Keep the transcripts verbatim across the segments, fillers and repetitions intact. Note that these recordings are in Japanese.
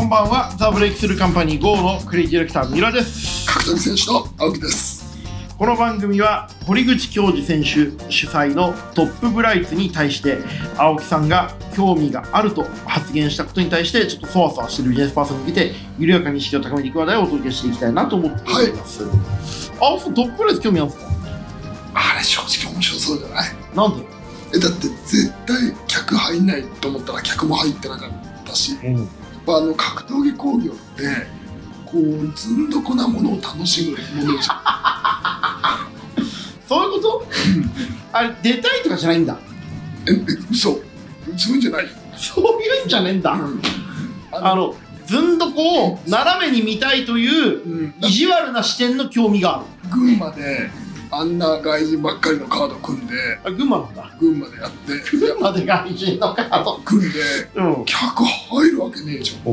んばんは。ザ・ブレイクスルーカンパニー ゴー のクリエイティブディレクター三浦です。 格闘技選手の青木です。 この番組は堀口恭司選手主催のトップブライツに対して青木さんが興味があると発言したことに対してちょっとそわそわしているビジネスパーソンに向けて緩やかに意識を高めていく話題をお届けしていきたいなと思っております、はい、青木さんトップブライツ興味あるんですか？あれ正直面白そうじゃない？ なんで？ えだって絶対客入んないと思ったら客も入ってなかったし、うん、やっぱあの格闘技工業ってこうずんどこなものを楽しむものじゃんそういうこと？あれ出たいとかじゃないんだ。 え、え、嘘？そういうんじゃない？ そういうんじゃねえんだ、うん、あの、あのずんどこを斜めに見たいという意地悪な視点の興味がある。 群馬であんな外人ばっかりのカード組んで、 あ、群馬なんだ。 群馬でやって群馬で外人のカード組んで、うん、客入るわけねえじゃん、うん、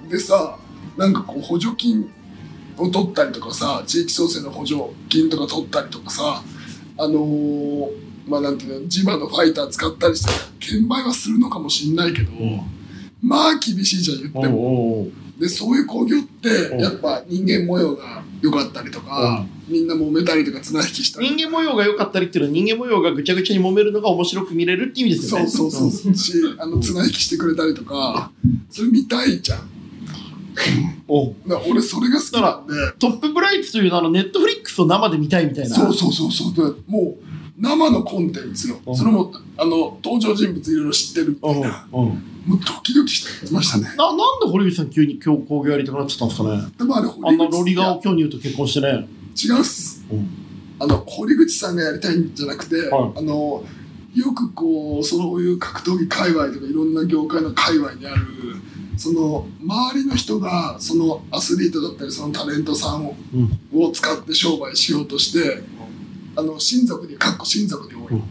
でさ、なんかこう補助金を取ったりとかさ、地域創生の補助金とか取ったりとかさ、あのー、まあなんていうの、地場のファイター使ったりして券売はするのかもしんないけど、うん、まあ厳しいじゃん言っても。おうおう、でそういう興行ってやっぱ人間模様が良かったりとか、うん、みんな揉めたりとか綱引きしたり、 人間模様が良かったりっていうのは人間模様がぐちゃぐちゃに揉めるのが面白く見れるっていう意味ですよね。 そうそうそう、うん、し、あの綱引きしてくれたりとか、それ見たいじゃん。おだ俺それが好きなんで。 トップブライツというのはネットフリックスを生で見たいみたいな。 そうそうそうそう。もう生のコンテンツよ。それもあの登場人物いろいろ知ってるみたいな。もうドキドキしてましたね。 ななんで堀口さん急に今日工業やりたくなっちゃったんですかね。 でもあれあんなロリガオ巨乳と結婚してね。 違うっす。うん、あの堀口さんがやりたいんじゃなくて、はい、あのよくこうそういう格闘技界隈とかいろんな業界の界隈にある。その周りの人がそのアスリートだったりそのタレントさんを、うん、を使って商売しようとして、あの親族にかっこ親族に多い、うん、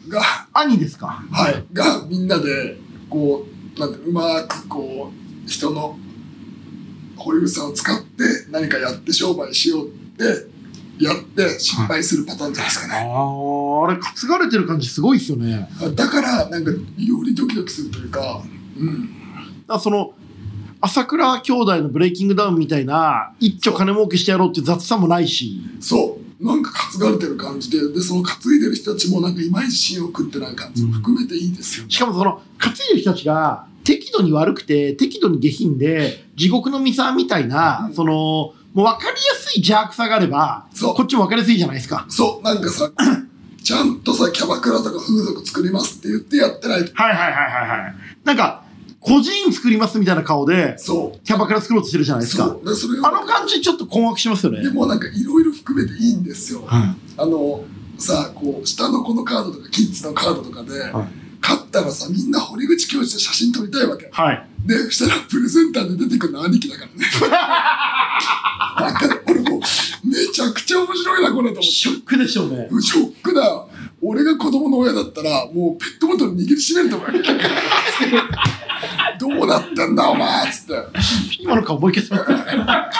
が兄ですか？ はいがみんなでこうなんてうまくこう人の堀口さんを使って何かやって商売しようってやって失敗するパターンじゃないですかね。 ああ、あれ担がれてる感じすごいですよね。 だからなんかよりドキドキするというか、うん。 だその朝倉兄弟のブレイキングダウンみたいな一丁金儲けしてやろうっていう雑さもないし、 そうなんか担がれてる感じで、でその担いでる人たちもなんかいまいち芯を食ってない感じも含めていいですよ、ね、 しかもその担いでる人たちが適度に悪くて適度に下品で地獄のミサみたいな、うん、そのもう分かりやすい邪悪さがあればこっちも分かりやすいじゃないですか。 そうなんかさちゃんとさキャバクラとか風俗作りますって言ってやってないと。 はいはいはいはいはい。なんか個人作りますみたいな顔でキャバクラ作ろうとしてるじゃないですか。そうそれあの感じちょっと困惑しますよね。 でもなんかいろいろ含めていいんですよ、はい、あのさこう下の子のカードとかキッズのカードとかで、はい、勝ったらさみんな堀口教授で写真撮りたいわけ、はい、でそしたらプレゼンターで出てくるの兄貴だからねなんか俺もうめちゃくちゃ面白いなこれと思って。 ショックでしょうね。 ショックだよ。俺が子供の親だったらもうペットボトル握りしめると思うどうなってんだお前っつって今の顔もう一回ちょっと待って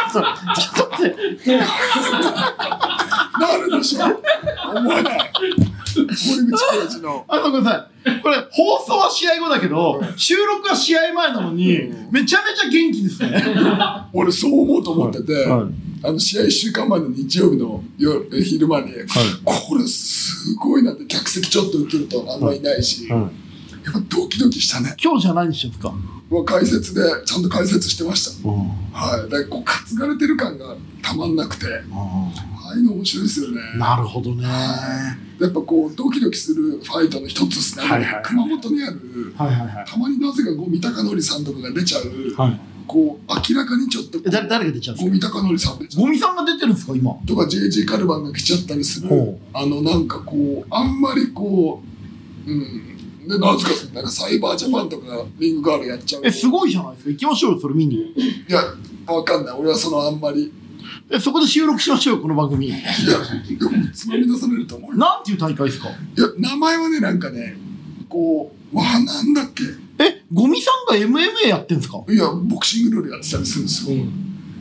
なるでしょ思わない堀口教授のあのごめんなさい、これ放送は試合後だけど、うん、収録は試合前なのに、うん、めちゃめちゃ元気ですね俺そう思うと思ってて、はいはい、あの試合いっしゅうかんまえの日曜日の夜昼間に、はい、これすごいなって客席ちょっと映るとあんまいないし、はいはい、やっぱドキドキしたね。 今日じゃ何してんですか？ 解説でちゃんと解説してました、うん、はい。だからこう担がれてる感がたまんなくて、うん、ああいうの面白いですよね。 なるほどね、 はい、やっぱこうドキドキするファイトの一つですね、はいはいはい、熊本にある、はいはいはい、たまになぜか五味隆則さんとかが出ちゃう、はい、こう明らかにちょっと誰誰が出ちゃうんですか？ 五味隆則さん出ちゃう。 五味さんが出てるんですか今？ とか ジェイジェー カルバンが来ちゃったりする、あのなんかこうあんまりこううんでなぜかなんかサイバージャパンとかがリングガールやっちゃう。 えすごいじゃないですか。行きましょうよそれ見に。 いやわかんない。俺はそのあんまりえそこで収録しましょうよこの番組。いやでもつまみ出されると思う。 なんていう大会ですか？いや名前はねなんかねこうわなんだっけ。 えゴミさんが エムエムエー やってんですか？ いやボクシングルールやってたりするんですよ、うん、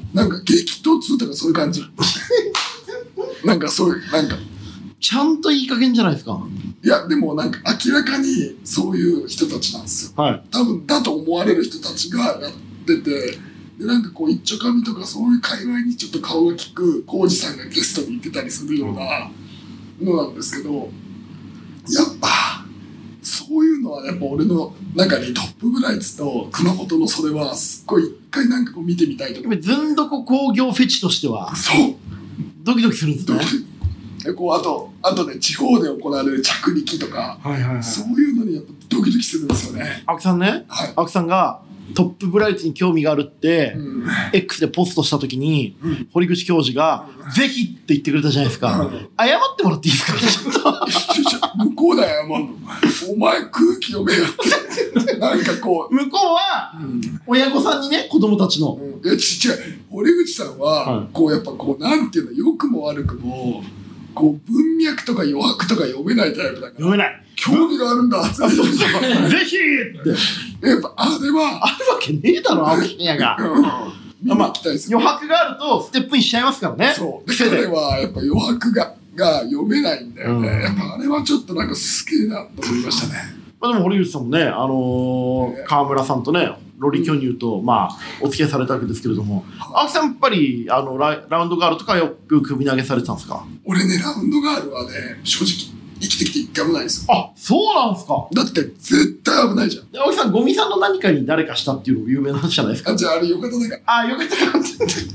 なんか激突とかそういう感じなんかそういうなんかちゃんといい加減じゃないですか。 いやでもなんか明らかにそういう人たちなんですよ、はい、多分だと思われる人たちがやっってて、でなんかこう一丁紙とかそういう界隈にちょっと顔が利く浩二さんがゲストに行ってたりするようなのなんですけど、やっぱそういうのはやっぱ俺の中にトップブライツと熊本のそれはすっごい一回なんかこう見てみたいとか。 ずんどこ工業フェチとしてはそうドキドキするんですね。 でこうあとあとね地方で行われる着陸とか、 はいはいはい、 そういうのにやっぱドキドキするんですよね。 青木さんね、はい、青木さんがトップブライツに興味があるって、うん、X でポストした時に、うん、堀口教授が、うん、ぜひって言ってくれたじゃないですか、うん、謝ってもらっていいですか向こうだよ謝るのお前空気読めよってなんかこう向こうは、うん、親御さんにね子供たちの、 うん、いやちっちゃい堀口さんは、はい、こうやっぱこうなんていうの良くも悪くもこう文脈とか余白とか読めないタイプだから読めない興味があるんだってぜひってやっぱあれはあるわけねえだろ青木真也が見に行きたいですよ、 まあ、余白があるとステップインしちゃいますからね。 そうで彼はやっぱ余白がが読めないんだよね、うん、やっぱあれはちょっとなんかすげえなと思いましたね。 まあでも堀口さんもね、あのー、川村さんとねロリ巨乳と、まあ、お付き合いされたわけですけれども、うん、青木さんやっぱりあの ラ, ラウンドガールとかよく首投げされてたんですか？ 俺ねラウンドガールはね正直生きてきて一回もないですよ。 あ、そうなんですか。 だって絶対危ないじゃん。 青木さんゴミさんの何かに誰かしたっていうの有名な話じゃないですか。 あ、じゃああれよかただから。 あ、よかったか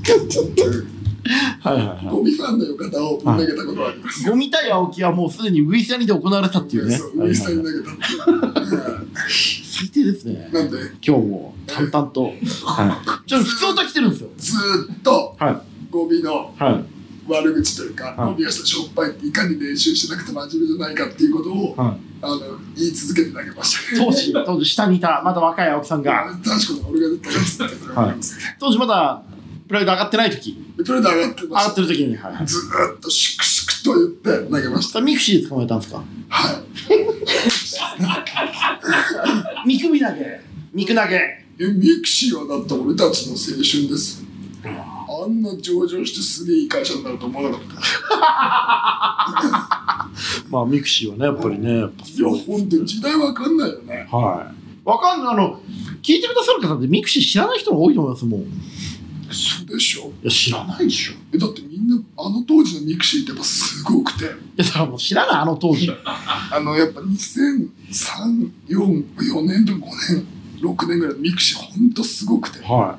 はいはいはい、 ゴミファンのよかたをぶん投げたことはあります、 はい、ゴミ対青木はもうすでにウイスタにで行われたっていうね。 そうウイスタに投げたっていう最低ですね。 なんで今日も淡々と、はい、ちょっと普通と来てるんですよ。 ずーっと、はい、ゴミの、はい悪口というか、 はい、 ゴミがしたしょっぱいっていかに練習しなくて真面目じゃないかっていうことを、はい、あの言い続けて投げましたね。 当時、当時下にいたまだ若い青木さんが確かに俺が出たやつだったと思います、ね、 当時まだプライド上がってない時プライド上がってました。 上がってる時に、はいはい、 ずーっとシクシクと言って投げました。 ミクシーで捕まえたんですか？ はいミクビ投げミク投げえミクシーはだって俺たちの青春ですよ。あんな上場してすげえいい会社になると思わなかったまあミクシーはねやっぱりねやっぱいや本当に時代わかんないよね。 はいわかんない。あの聞いてくださる方ってミクシー知らない人が多いと思いますもん。 そうでしょ。いや知らないでしょ。 えだってみんなあの当時のミクシーってやっぱすごくて。いやだからもう知らないあの当時あのやっぱにせんさん、よん、よねんとかごねん、ろくねんぐらいのミクシーほんとすごくて、 はい、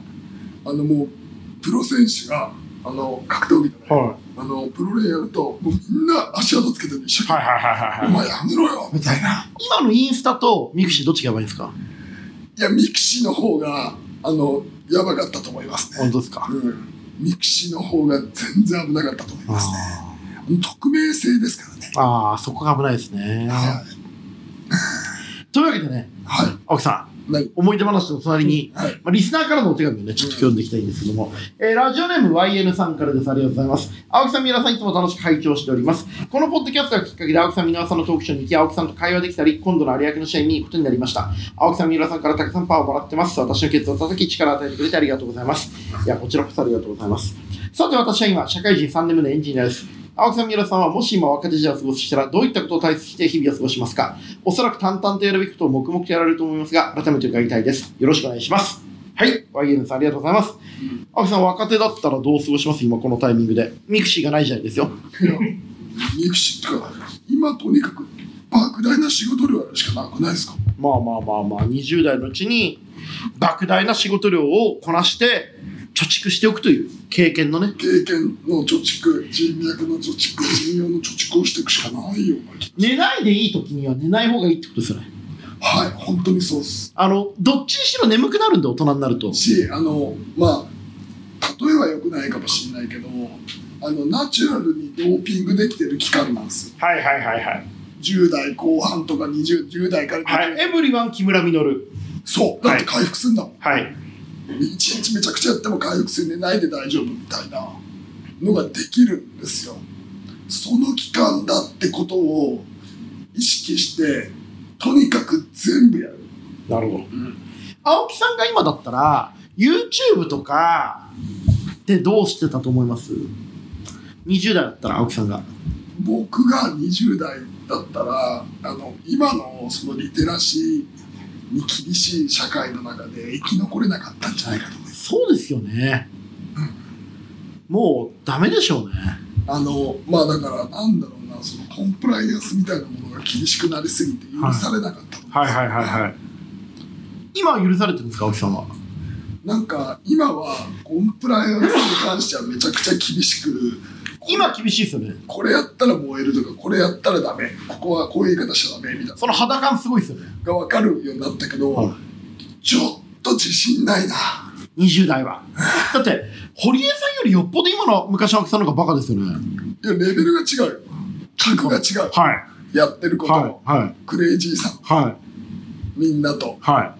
あのもうプロ選手があの格闘技のね、はい、あのプロレーやるともうみんな足跡つけてる一緒に、 はいはいはいはい、 お前やめろよみたいな。 今のインスタとミクシーどっちがやばいんですか？ いやミクシーの方があのやばかったと思いますね。 本当ですか？ うん、ミクシーの方が全然危なかったと思いますね。匿名性ですからね。 ああそこが危ないですね、はい、というわけでね、 はい、 青木さん思い出話の隣に、はいまあ、リスナーからのお手紙をねちょっと読んでいきたいんですけども、うんえー、ラジオネーム ワイエヌ さんからです。ありがとうございます。青木さん皆さんいつも楽しく拝聴しております。このポッドキャストがきっかけで青木さん皆さんのトークショーに行き青木さんと会話できたり今度の有明の試合に見に行くことになりました。青木さん皆さんからたくさんパワーをもらってます。私のケツを叩き力を与えてくれてありがとうございます。いやこちらこそありがとうございます。さて私は今社会人さんねんめのエンジニアです。青木さん、三浦さんはもし今若手時代を過ごすしたらどういったことを大切にして日々を過ごしますか？おそらく淡々とやるべきことを黙々とやられると思いますが改めて伺いたいです。よろしくお願いします。はい、ワイエヌ さんありがとうございます、うん、青木さん若手だったらどう過ごします？今このタイミングでミクシーがない時代ですよ。 いやミクシーとか今とにかく莫大な仕事量しかなくないですか？ まあまあまあまあにじゅう代のうちに莫大な仕事量をこなして貯蓄しておくという経験のね経験の貯蓄人脈の貯蓄人用の貯蓄をしていくしかないよ。 寝ないでいい時には寝ない方がいいってことですよね。 はい本当にそうっす。 あのどっちにしろ眠くなるんで大人になるとしあのまあ例えは良くないかもしれないけどあのナチュラルにドーピングできてる期間なんですよ。 はいはいはいはいじゅう代後半とかにじゅう、じゅう代からはいエブリワン木村稔そうだって回復するんだもん。 はい、はい一日めちゃくちゃやっても回復する寝ないで大丈夫みたいなのができるんですよ。その期間だってことを意識してとにかく全部やる。 なるほど、うん、青木さんが今だったら YouTube とかってどうしてたと思います？にじゅう代だったら青木さんが僕がにじゅう代だったらあの今のそのリテラシーに厳しい社会の中で生き残れなかったんじゃないかと思います。 そうですよね、うん、もうダメでしょうね。 あのまあだからなんだろうな、そのコンプライアンスみたいなものが厳しくなりすぎて許されなかったと思います。 はいはいはいはい。今は許されてるんですか、青木さんは。 なんか今はコンプライアンスに関してはめちゃくちゃ厳しく今厳しいですよね。 これやったら燃えるとか、これやったらダメ、ここはこういう言い方しちゃダメみたいなその肌感すごいですよねが分かるようになったけど、はい、ちょっと自信ないなにじゅう代は。だって堀江さんよりよっぽど今の昔の青木さんの方がバカですよね。 いやレベルが違うよ、格が違う、はい、やってること、はいはい、クレイジーさ、はい、みんなと、はい、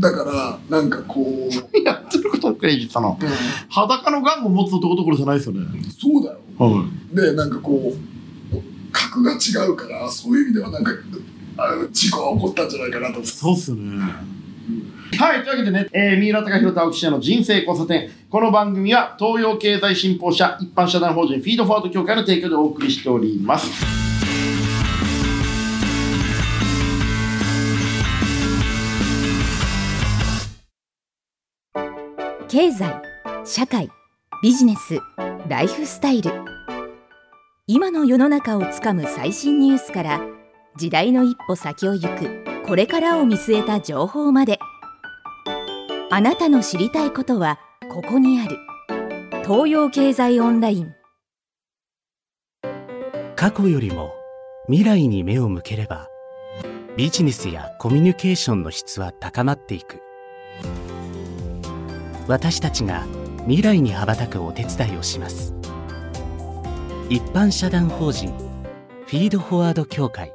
だからなんかこうやってることのクレイジーさの、うん、裸のガンを持つ男どころじゃないですよね。 そうだよ、はい、でなんかこう格が違うから、そういう意味ではなんか事故が起こったんじゃないかなと思って。 そうっすよね、はい、というわけでね、えー、三浦貴大と青木真也の人生交差点。この番組は東洋経済新報社一般社団法人フィードフォワード協会の提供でお送りしております。 経済、社会、ビジネス、ライフスタイル。今の世の中をつかむ最新ニュースから、時代の一歩先を行くこれからを見据えた情報まで。あなたの知りたいことはここにある。東洋経済オンライン。 過去よりも未来に目を向ければ、ビジネスやコミュニケーションの質は高まっていく。私たちが未来に羽ばたくお手伝いをします。一般社団法人フィードフォワード協会。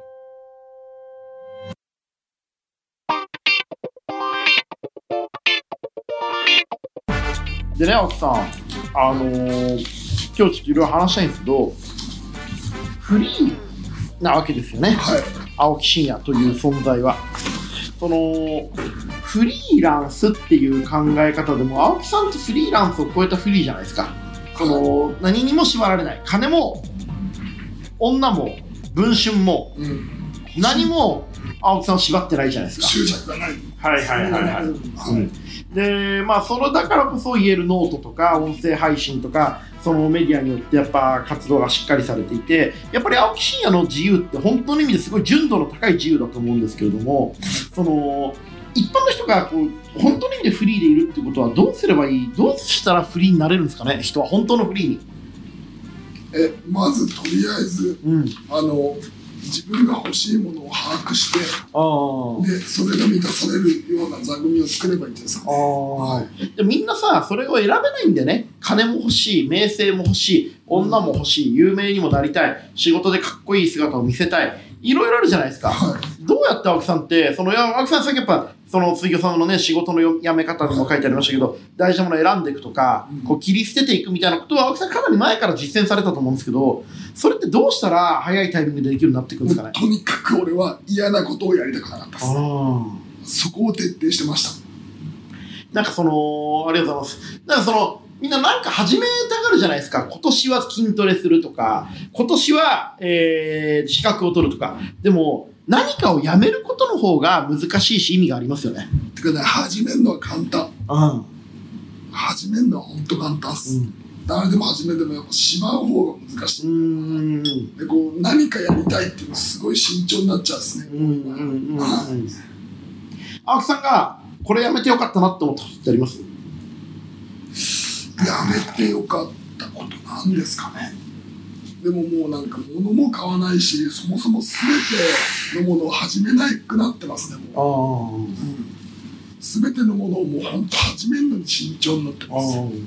でね、青木さん、あのー、今日ちょっといろいろ話したいんですけど、フリーなわけですよね、はい、青木真也という存在は。そのフリーランスっていう考え方でも、青木さんってフリーランスを超えたフリーじゃないですか。その何にも縛られない、金も女も文春も、うん、何も青木さんを縛ってないじゃないですか。 執着がない。 はいはいはいはい、うん、でまあそれだからこそ言えるノートとか音声配信とか、そのメディアによってやっぱ活動がしっかりされていて、やっぱり青木真也の自由って本当の意味ですごい純度の高い自由だと思うんですけれども、その一般の人がこう本当の意味でフリーでいるってことはどうすればいい、どうしたらフリーになれるんですかね、人は本当のフリーに。 えまずとりあえず、うん、あの自分が欲しいものを把握して、あでそれが満たされるような座組を作ればいいんじゃないですか、ね。あ、 はい、でみんなさそれを選べないんでね。金も欲しい、名声も欲しい、女も欲しい、有名にもなりたい、仕事でかっこいい姿を見せたい、いろいろあるじゃないですか、はい、どうやって青木さんってそのいや青木さんさっきやっぱその杉尾さんのね仕事の辞め方にも書いてありましたけど、はい、大事なものを選んでいくとか、うん、こう切り捨てていくみたいなことは青木さんかなり前から実践されたと思うんですけど、それってどうしたら早いタイミングでできるようになっていくんですかね。 とにかく俺は嫌なことをやりたくなかったです。そこを徹底してました。 なんかそのありがとうございます。なんかそのみんななんか始めたがるじゃないですか。今年は筋トレするとか、今年は、えー、資格を取るとか。でも何かをやめることの方が難しいし意味がありますよね。 てかね、始めるのは簡単。うん、始めるのは本当簡単です。うん、誰でも始めてもやっぱしまう方が難しい。うーんでこう何かやりたいっていうのすごい慎重になっちゃうんですね。うんうんうんうん、 青木さんがこれやめてよかったなって思ったことってあります？ やめてよかったことなんですかね。でももうなんか物も買わないし、そもそも全てのものを始めなくなってますね。もう、うん、全てのものをもう本当始めるのに慎重になってます。はい。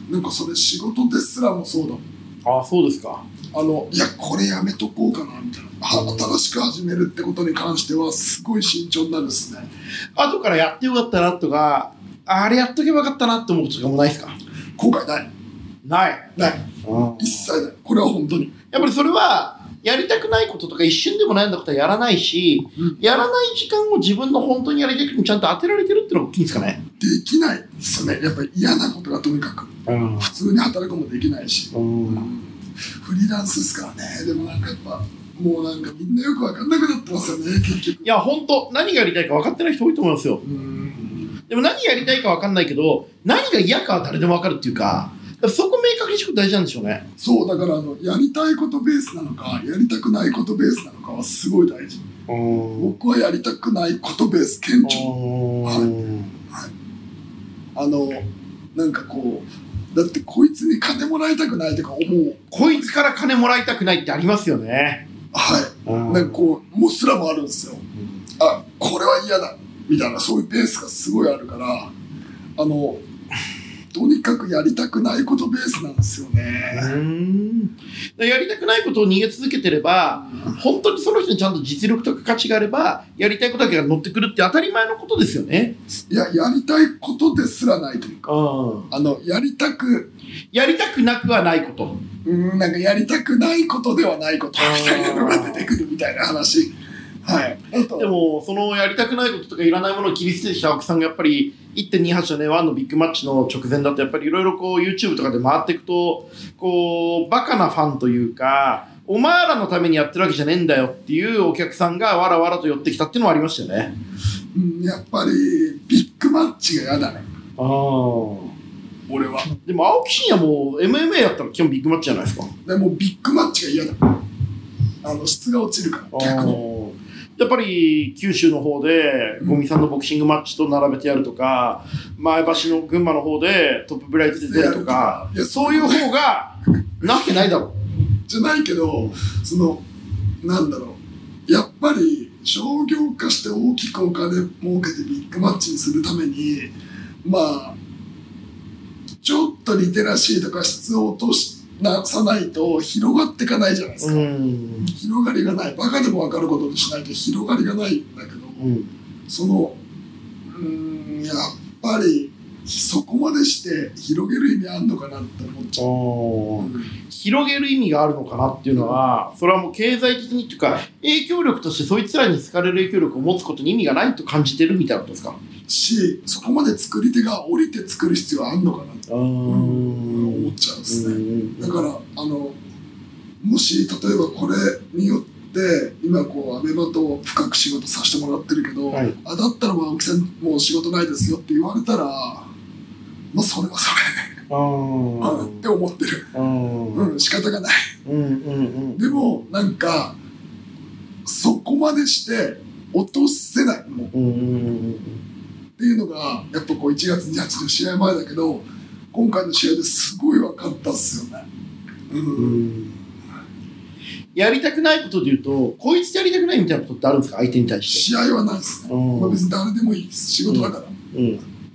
なんかそれ仕事ですらもそうだもん。 ああ、そうですか。 あのいやこれやめとこうかなみたいな、新しく始めるってことに関してはすごい慎重になるんですね。 後からやってよかったなとか、あれやっとけばよかったなって思うこととかもないですか？ 後悔ない。 ないない。一切ない。これは本当に。 やっぱりそれはやりたくないこととか一瞬でも悩んだことはやらないし、うん、やらない時間を自分の本当にやりたいことにちゃんと当てられてるっていうのが大きいんですかね。 できないですよね。やっぱり嫌なことがとにかく、うん、普通に働くもできないし、うん、フリーランスですからね。でもなんかやっぱもうなんかみんなよく分かんなくなってますよね結局。 いや本当何がやりたいか分かってない人多いと思いますよ。 うんでも何やりたいか分かんないけど何が嫌かは誰でも分かるっていうか、そこ明確にしておくと大事なんでしょうね。 そうだからあのやりたいことベースなのかやりたくないことベースなのかはすごい大事。僕はやりたくないことベース顕著。はい、はい、あのなんかこうだってこいつに金もらいたくないとか思う。 こいつから金もらいたくないってありますよね。 はいなんかこうもうすらもあるんですよ。あこれは嫌だみたいなそういうベースがすごいあるからあのとにかくやりたくないことベースなんですよね。 うーんやりたくないことを逃げ続けてれば本当にその人にちゃんと実力とか価値があればやりたいことだけが乗ってくるって当たり前のことですよね。 いややりたいことですらないというかあのやりたくやりたくなくはないこと、 うんなんかやりたくないことではないことみたいなのが出てくるみたいな話。はい、あとでもそのやりたくないこととかいらないものを切り捨ててきた青木さんがやっぱり いってんにはち のねワンのビッグマッチの直前だとやっぱりいろいろこう YouTube とかで回っていくとこうバカなファンというかお前らのためにやってるわけじゃねえんだよっていうお客さんがわらわらと寄ってきたっていうのもありましたよね。 うん、やっぱりビッグマッチが嫌だね。 ああ俺はでも青木真也も エムエムエー やったら基本ビッグマッチじゃないですか。 でもビッグマッチが嫌だ。あの質が落ちるから逆に。 やっぱり九州の方で五味さんのボクシングマッチと並べてやるとか、前橋の群馬の方でトップブライトで出るとか、いやそういう方がなわけないだろうじゃないけどそのなんだろうやっぱり商業化して大きくお金儲けてビッグマッチにするためにまあちょっとリテラシーとか質を落としてなさないと広がっていかないじゃないですか。うん広がりがないバカでも分かることにしないと広がりがないんだけど、うん、そのうーんやっぱりそこまでして広げる意味あるのかなって思っちゃう、うん、 広げる意味があるのかなっていうのはそれはもう経済的にっていうか影響力としてそいつらに好かれる影響力を持つことに意味がないと感じてるみたいなことですかしそこまで作り手が降りて作る必要あるのかなって思っちゃうんですね。だからあのもし例えばこれによって今こうアベマと深く仕事させてもらってるけど、はい、あだったら青木さんもう仕事ないですよって言われたらまあそれはそれあって思ってる。うん仕方がない、うんうんうん、でもなんかそこまでして落とせないもん、うんうんうんっていうのがやっぱこういちがつにじゅうはちの試合前だけど今回の試合ですごい分かったっすよね、うん、 やりたくないことで言うとこいつやりたくないみたいなことってあるんですか相手に対して。 試合はないですね、まあ、別に誰でもいいです仕事だから、うんうん、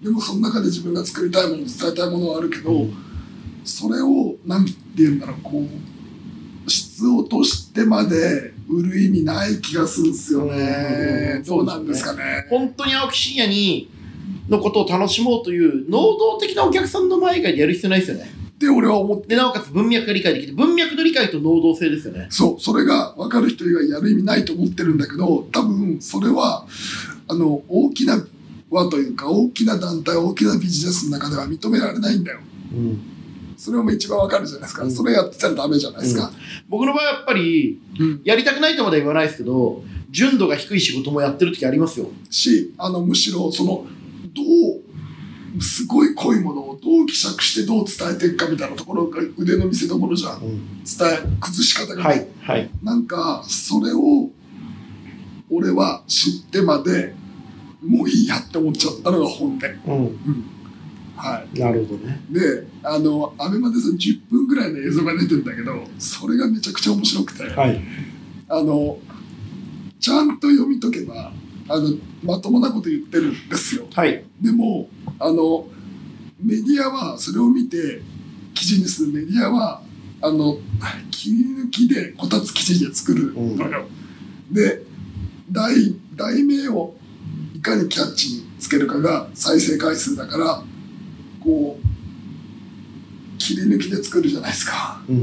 でもその中で自分が作りたいもの伝えたいものはあるけど、うん、それを何て言うんだろうこう質を落としてまで売る意味ない気がするんですよね。どうなんですかね。 本当に青木真也にのことを楽しもうという能動的なお客さんの前以外でやる必要ないですよね。 で俺は思ってでなおかつ文脈が理解できて文脈の理解と能動性ですよね。 そうそれが分かる人以外やる意味ないと思ってるんだけど多分それはあの大きな輪というか大きな団体大きなビジネスの中では認められないんだよ、うんそれも一番わかるじゃないですか、うん、それやってたらダメじゃないですか、うん、 僕の場合はやっぱり、うん、やりたくないとまでは言わないですけど純度が低い仕事もやってる時ありますよしあのむしろそのどうすごい濃いものをどう希釈してどう伝えていくかみたいなところが腕の見せ所じゃん、うん、伝え崩し方が、 はいはい、 なんかそれを俺は知ってまでもういいやって思っちゃったのが本音、うんうんはい、 なるほどね。 で、あのアベマでそのじゅっぷんぐらいの映像が出てるんだけどそれがめちゃくちゃ面白くて、はい、あのちゃんと読み解けばあのまともなこと言ってるんですよ、はい、でもあのメディアはそれを見て記事にするメディアはあの切り抜きでこたつ記事で作るのよ、うん、で 題, 題名をいかにキャッチにつけるかが再生回数だからこう切り抜きで作るじゃないですか、うん、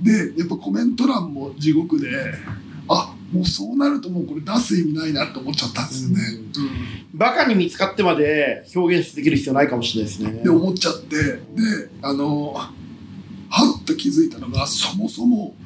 でやっぱコメント欄も地獄であもうそうなるともうこれ出す意味ないなって思っちゃったんですよね、うんうん、 バカに見つかってまで表現できる必要ないかもしれないですねで思っちゃってであのはっと気づいたのがそもそも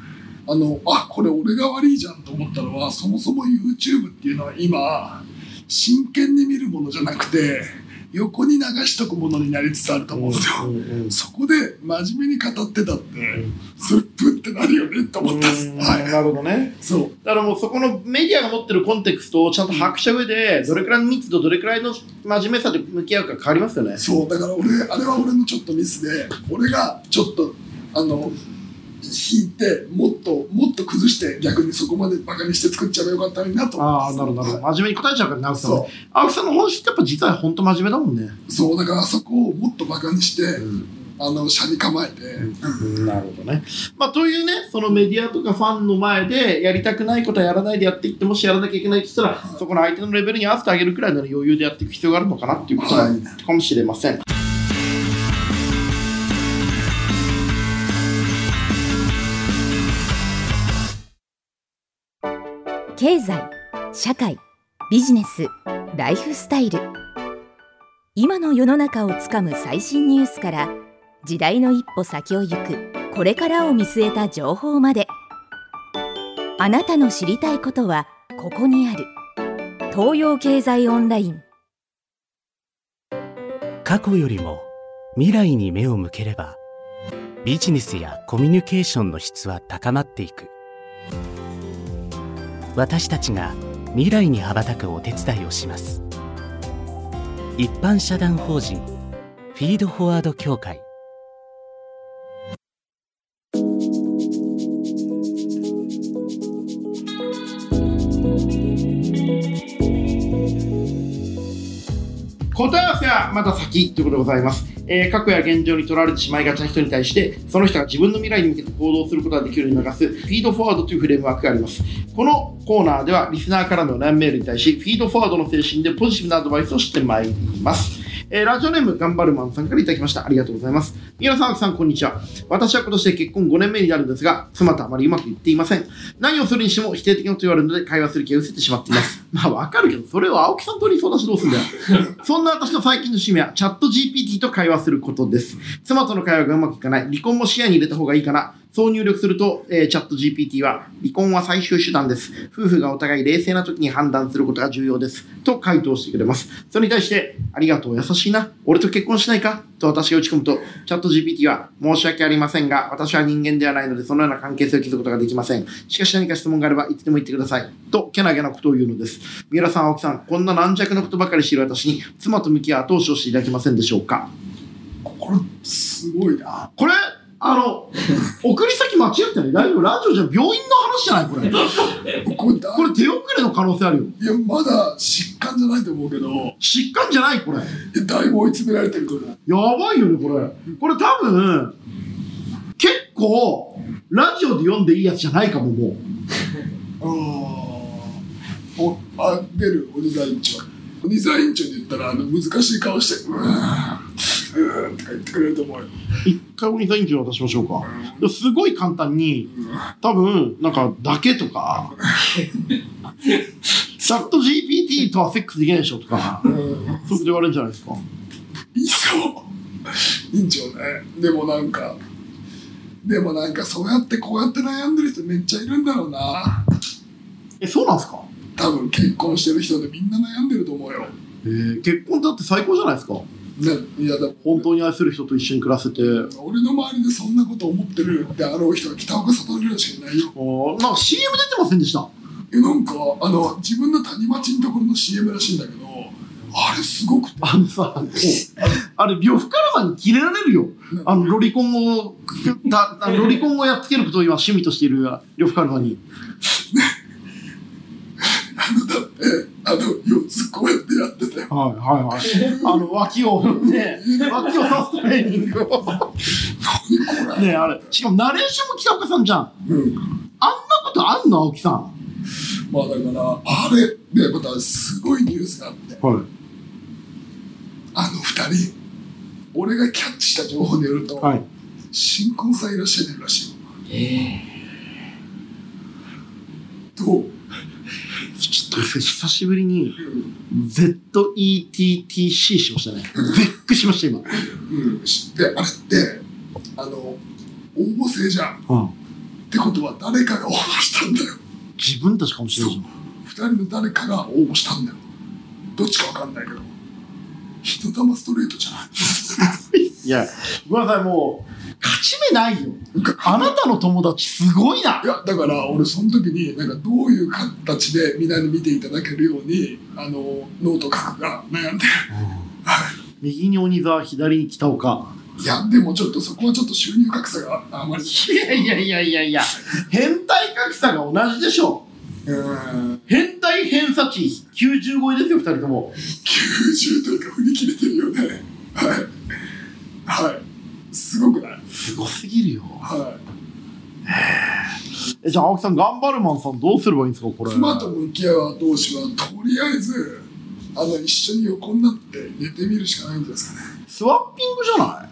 あのあこれ俺が悪いじゃんと思ったのは、そもそも YouTube っていうのは今真剣に見るものじゃなくて横に流しとくものになりつつあると思うんですよ、うんうんうん、そこで真面目に語ってたって、うん、それプンってなるよねって思ったんです、はい、 なるほどね。そうだからもうそこのメディアが持ってるコンテクストをちゃんと把握した上で、どれくらいの密度どれくらいの真面目さで向き合うか変わりますよね。 そうだから俺あれは俺のちょっとミスで、俺がちょっとあの引いてもっともっと崩して逆にそこまでバカにして作っちゃえばよかったのになと思って。ああなるほど、真面目に答えちゃうからね、青木さんね。青木さんの本質ってやっぱ実は本当真面目だもんね。そうだからあそこをもっとバカにして、うん、あの車に構えて、 うんうん、なるほどね。まあというね、そのメディアとかファンの前でやりたくないことはやらないでやっていって、もしやらなきゃいけないって言ったら、はい、そこの相手のレベルに合わせてあげるくらいの余裕でやっていく必要があるのかなっていうことなのかもしれません、はい。 経済、社会、ビジネス、ライフスタイル。今の世の中をつかむ最新ニュースから、時代の一歩先を行くこれからを見据えた情報まで。あなたの知りたいことはここにある。東洋経済オンライン。 過去よりも未来に目を向ければ、ビジネスやコミュニケーションの質は高まっていく。私たちが未来に羽ばたくお手伝いをします。一般社団法人フィードフォワード協会。 答え合わせはまだ先ということでございます。えー、過去や現状にとられてしまいがちな人に対して、その人が自分の未来に向けて行動することができるように促すフィードフォワードというフレームワークがあります。このコーナーではリスナーからの悩みメールに対し、フィードフォワードの精神でポジティブなアドバイスをしてまいります。えー、ラジオネーム頑張るマンさんからいただきました。ありがとうございます。皆さん、青木さん、こんにちは。私は今年で結婚ごねんめになるんですが、妻とあまりうまくいっていません。何をするにしても否定的なこと言われるので、会話する気が失せてしまっています。まあ、わかるけど、それを青木さんと理想だしどうすんだよ。そんな私の最近の趣味は、チャット ジーピーティー と会話することです。妻との会話がうまくいかない。離婚も視野に入れた方がいいかな。そう入力すると、えー、チャット ジーピーティー は、離婚は最終手段です。夫婦がお互い冷静な時に判断することが重要です。と回答してくれます。それに対して、ありがとう、優しいな。俺と結婚しないかと私が打ち込むと、チャット ジーピーティー は、申し訳ありませんが、私は人間ではないので、そのような関係性を築くことができません。しかし何か質問があれば、いつでも言ってください。と、けなげなことを言うのです。三浦さん、青木さん、こんな軟弱なことばかり知る私に、妻と向き合う後押しをしていただけませんでしょうか。 これ、すごいな。 これあの、送り先間違ってない？大丈夫？ラジオじゃ病院の話じゃないこれ。これ、これ手遅れの可能性あるよ。 いや、まだ疾患じゃないと思うけど。 疾患じゃないこれ。 だいぶ追い詰められてると思う。 やばいよね、これ。これ多分、結構、ラジオで読んでいいやつじゃないかも、もう。 あー。お、あ、出る、鬼沢院長。鬼沢院長に言ったら、あの、難しい顔して、うーん。うーんとか言ってくれると思うよ。 一回鬼沢院長に渡しましょうか。うん、すごい簡単に、多分、なんか、だけとか、チャット ジーピーティー とはセックスできないでしょとか、うん、そういうこと言われるんじゃないですか。 いいそう。院長ね。でもなんか、でもなんかそうやってこうやって悩んでる人めっちゃいるんだろうな。 え、そうなんすか？ 多分結婚してる人でみんな悩んでると思うよ。 えー、結婚だって最高じゃないですか。 ね、いやだ本当に愛する人と一緒に暮らせて、 俺の周りでそんなこと思ってるであろう人は北岡悟ぐらいしかいないよ。 あなんか シーエム 出てませんでした？ えなんかあの自分の谷町のところの シーエム らしいんだけど、あれすごくてあのさあれ呂布カルマにキレられるよ。あのロリコンをだロリコンをやっつけることを今趣味としている呂布カルマにあのだってあのよっつこうやってやってたよ。 はいはいはい。あの脇をね脇を刺すトレーニングを。何これ。ねあれしかもナレーションも北岡さんじゃん。うん。あんなことあんの青木さん。 まあだからあれでまたすごいニュースがあって。はい。あの二人俺がキャッチした情報によると、はい、新婚さんいらっしゃるらしい。えー、どう？ ちょっと久しぶりに ゼットイーティーティーシー しましたね。絶句しました今。うん、 であれってあの応募制じゃん。うん、 ってことは誰かが応募したんだよ。 自分たちかもしれないじゃん。 ふたりの誰かが応募したんだよ。どっちかわかんないけど一玉ストレートじゃないいやごめんなさい、もう勝ち目ないよ。あなたの友達すごいな。 いやだから俺その時になんかどういう形でみんなに見ていただけるようにあのノート書くか悩んでる、 右に鬼沢、左に北岡。 いやでもちょっとそこはちょっと収入格差があまり。 いやいやいやいやいや変態格差が同じでしょ。 うん変態偏差値きゅうじゅう超えですよ、ふたりとも。 きゅうじゅうというか振り切れてるよね。はいはいすごくない？ すごすぎるよ。 はえじゃあ青木さん、頑張るマンさんどうすればいいんですかこれ。 い妻と向き合う同士はとりあえずあの一緒に横になって寝てみるしかないんじゃないですかね。 スワッピングじゃない？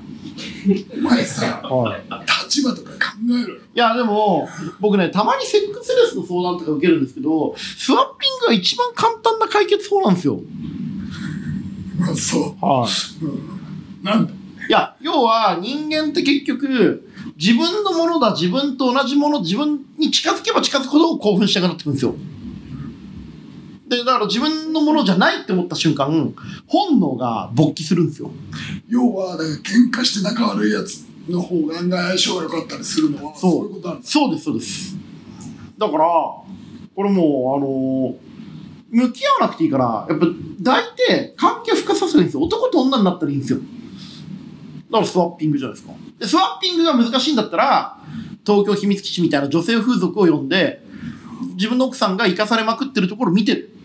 お前さはい立場とか考えろよ。 いやでも僕ね、たまにセックスレスの相談とか受けるんですけど、スワッピングが一番簡単な解決法なんですよ。 まあそうはい、 うん、なんだいや要は人間って結局自分のものだ、自分と同じもの、自分に近づけば近づくほど興奮したくなってくるんですよ。でだから自分のものじゃないって思った瞬間本能が勃起するんですよ。 要はだから喧嘩して仲悪いやつの方が案外相性が良かったりするのはそうそういうことなんです。 そうですそうです。だからこれもうあのー、向き合わなくていいからやっぱ抱いて関係を深させるんですよ。男と女になったらいいんですよ。だからスワッピングじゃないですか。でスワッピングが難しいんだったら東京秘密基地みたいな女性風俗を呼んで自分の奥さんが生かされまくってるところを見てる。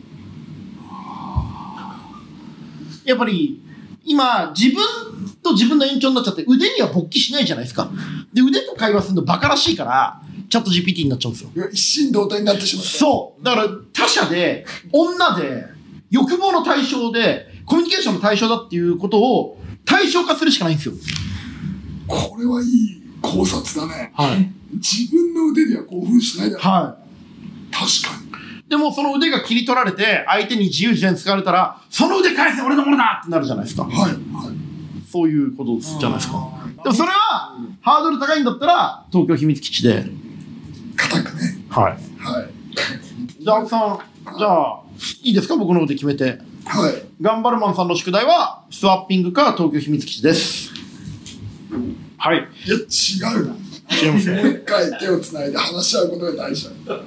やっぱり今自分と自分の延長になっちゃって腕には勃起しないじゃないですか。で腕と会話するのバカらしいからチャット ジーピーティー になっちゃうんですよ。 いや一心同体になってしまった。 そうだから他者で女で欲望の対象でコミュニケーションの対象だっていうことを対象化するしかないんですよ。 これはいい考察だね。 はい。 自分の腕には興奮しないだろ。 は確かに。 い。でもその腕が切り取られて相手に自由自在に使われたらその腕返せ俺のものだってなるじゃないですか。 はいはい。 そういうことじゃないですか。でもそれはハードル高いんだったら東京秘密基地で。 固くね。 はい。 はい。 じゃあ青木さん、じゃあいいですか僕の腕決めて。 はい。 ガンバルマンさんの宿題はスワッピングか東京秘密基地です。はい。 いや違うな。 違いますね。 もう一回手をつないで話し合うことが大事だ。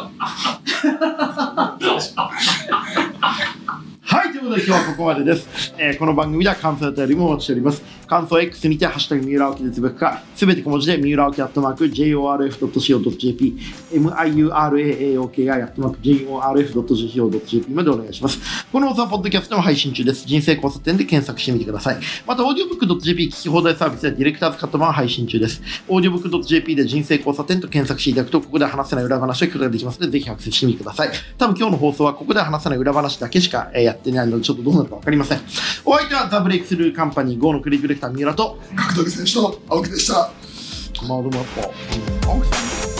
はい、ということで今日はここまでです。えー、この番組では感想やお便りもお待ちしております。感想 X にてハッシュタグ三浦青木でつぶやくか、すべて小文字で三浦青木アットマーク ジェイオーアールエフドットシーオードットジェーピー、ミュラアットマーク ジェイオーアールエフドットシーオードットジェーピー までお願いします。この放送はポッドキャストでも配信中です。人生交差点で検索してみてください。また、オーディオブックドットジェーピー 聞き放題サービスでディレクターズカット版配信中です。オーディオブックドットジェーピー で人生交差点と検索していただくと、ここで話せない裏話を聞くことができますので、ぜひアクセスしてみてください。多分今日の放送はここで話せない裏話だけしかやってないので、ちょっとどうなるかわかりません。お相手はザ・ブレイクスルーカンパニー ゴー のクリエイティブディレクター三浦と、 格闘技選手と青木でした。 まあでもやっぱ、うん、青木さん